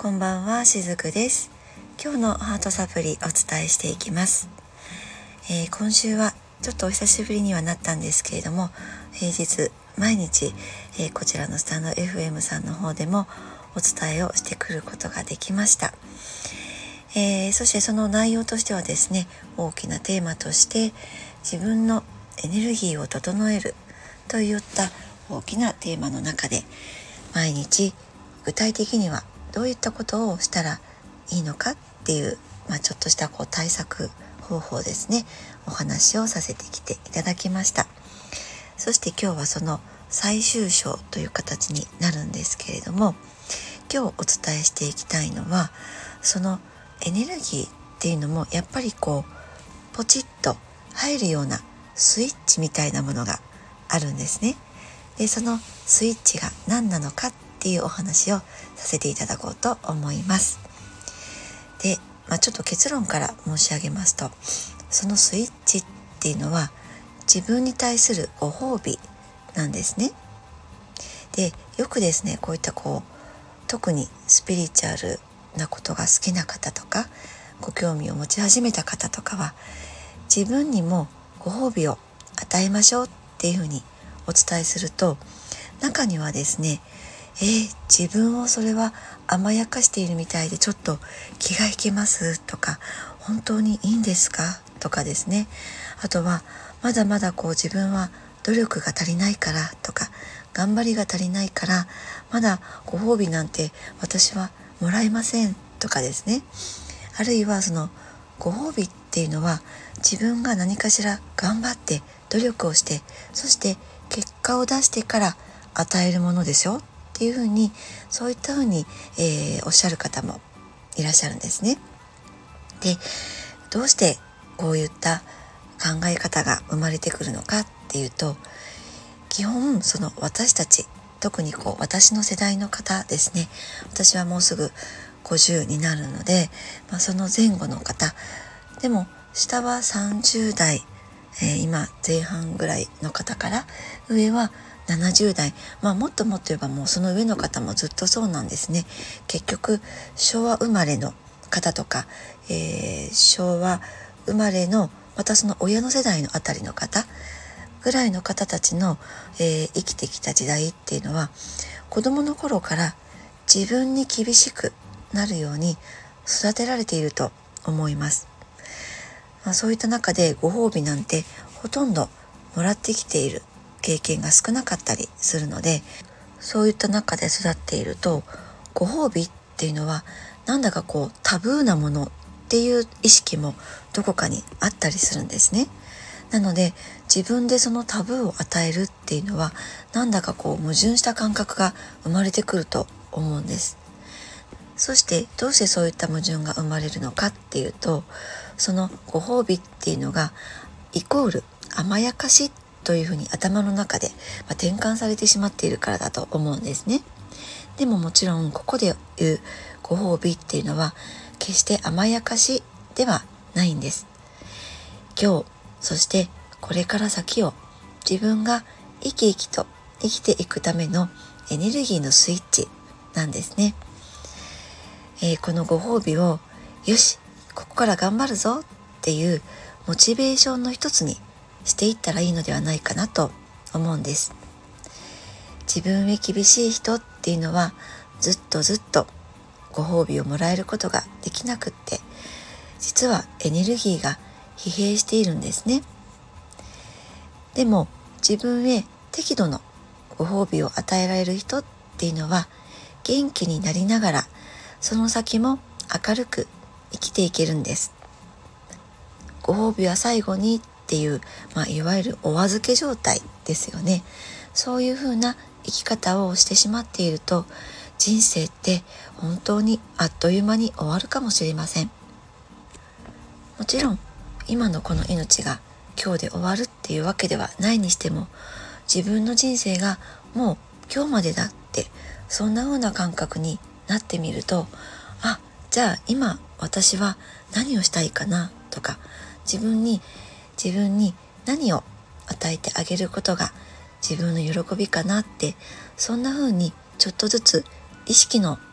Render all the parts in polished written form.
こんばんは、しずくです。今日のハートサプリお伝えしていきます。今週はちょっとお久しぶりにはなったんですけれども、平日毎日、こちらのスタンド FM さんの方でもお伝えをしてくることができました。そしてその内容としてはですね、大きなテーマとして自分のエネルギーを整えるといった大きなテーマの中で、毎日具体的にはどういったことをしたらいいのかっていう、ちょっとした対策方法ですね、お話をさせてきていただきました。そして今日はその最終章という形になるんですけれども、今日お伝えしていきたいのは、そのエネルギーっていうのもやっぱりポチッと入るようなスイッチみたいなものがあるんですね。で、そのスイッチが何なのかっていうお話をさせていただこうと思います。で、ちょっと結論から申し上げますと、そのスイッチっていうのは自分に対するご褒美なんですね。で、よくですね、こういった特にスピリチュアルなことが好きな方とか、ご興味を持ち始めた方とかは、自分にもご褒美を与えましょうっていうふうにお伝えすると、中にはですね、自分をそれは甘やかしているみたいでちょっと気が引けますとか、本当にいいんですかとかですね、あとはまだまだ自分は努力が足りないからとか、頑張りが足りないからまだご褒美なんて私はもらえませんとかですね、あるいはそのご褒美っていうのは自分が何かしら頑張って努力をして、そして結果を出してから与えるものでしょっていうふうに、そういったふうに、おっしゃる方もいらっしゃるんですね。で、どうしてこういった考え方が生まれてくるのかっていうと、基本その私たち、特に私の世代の方ですね、私はもうすぐ50になるので、その前後の方でも、下は30代、今前半ぐらいの方から、上は70代、もっともっと言えばもうその上の方もずっとそうなんですね。結局昭和生まれの方とか、昭和生まれのまたその親の世代のあたりの方ぐらいの方たちの、生きてきた時代っていうのは、子供の頃から自分に厳しくなるように育てられていると思います。そういった中でご褒美なんてほとんどもらってきている経験が少なかったりするので、そういった中で育っていると、ご褒美っていうのはなんだかタブーなものっていう意識もどこかにあったりするんですね。なので自分でそのタブーを与えるっていうのは、なんだか矛盾した感覚が生まれてくると思うんです。そしてどうしてそういった矛盾が生まれるのかっていうと、そのご褒美っていうのがイコール甘やかしというふうに頭の中で転換されてしまっているからだと思うんですね。でももちろんここで言うご褒美っていうのは決して甘やかしではないんです。今日、そしてこれから先を自分が生き生きと生きていくためのエネルギーのスイッチなんですね。このご褒美を、よし、ここから頑張るぞっていうモチベーションの一つにしていったらいいのではないかなと思うんです。自分へ厳しい人っていうのはずっとご褒美をもらえることができなくって、実はエネルギーが疲弊しているんですね。でも自分へ適度のご褒美を与えられる人っていうのは、元気になりながらその先も明るく生きていけるんです。ご褒美は最後にっていう、いわゆるお預け状態ですよね。そういう風な生き方をしてしまっていると、人生って本当にあっという間に終わるかもしれません。もちろん今のこの命が今日で終わるっていうわけではないにしても、自分の人生がもう今日までだって、そんな風な感覚になってみると、じゃあ今私は何をしたいかなとか、自分に何を与えてあげることが自分の喜びかなって、そんな風にちょっとずつ意識の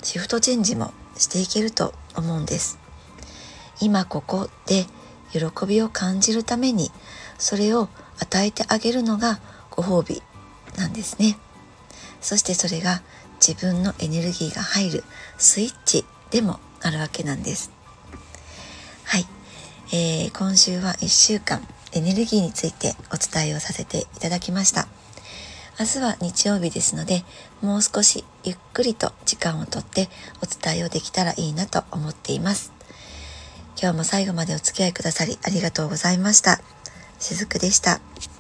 シフトチェンジもしていけると思うんです。今ここで喜びを感じるために、それを与えてあげるのがご褒美なんですね。そしてそれが自分のエネルギーが入るスイッチでもあるわけなんです。はい、今週は1週間エネルギーについてお伝えをさせていただきました。明日は日曜日ですので、もう少しゆっくりと時間をとってお伝えをできたらいいなと思っています。今日も最後までお付き合いくださりありがとうございました。しずくでした。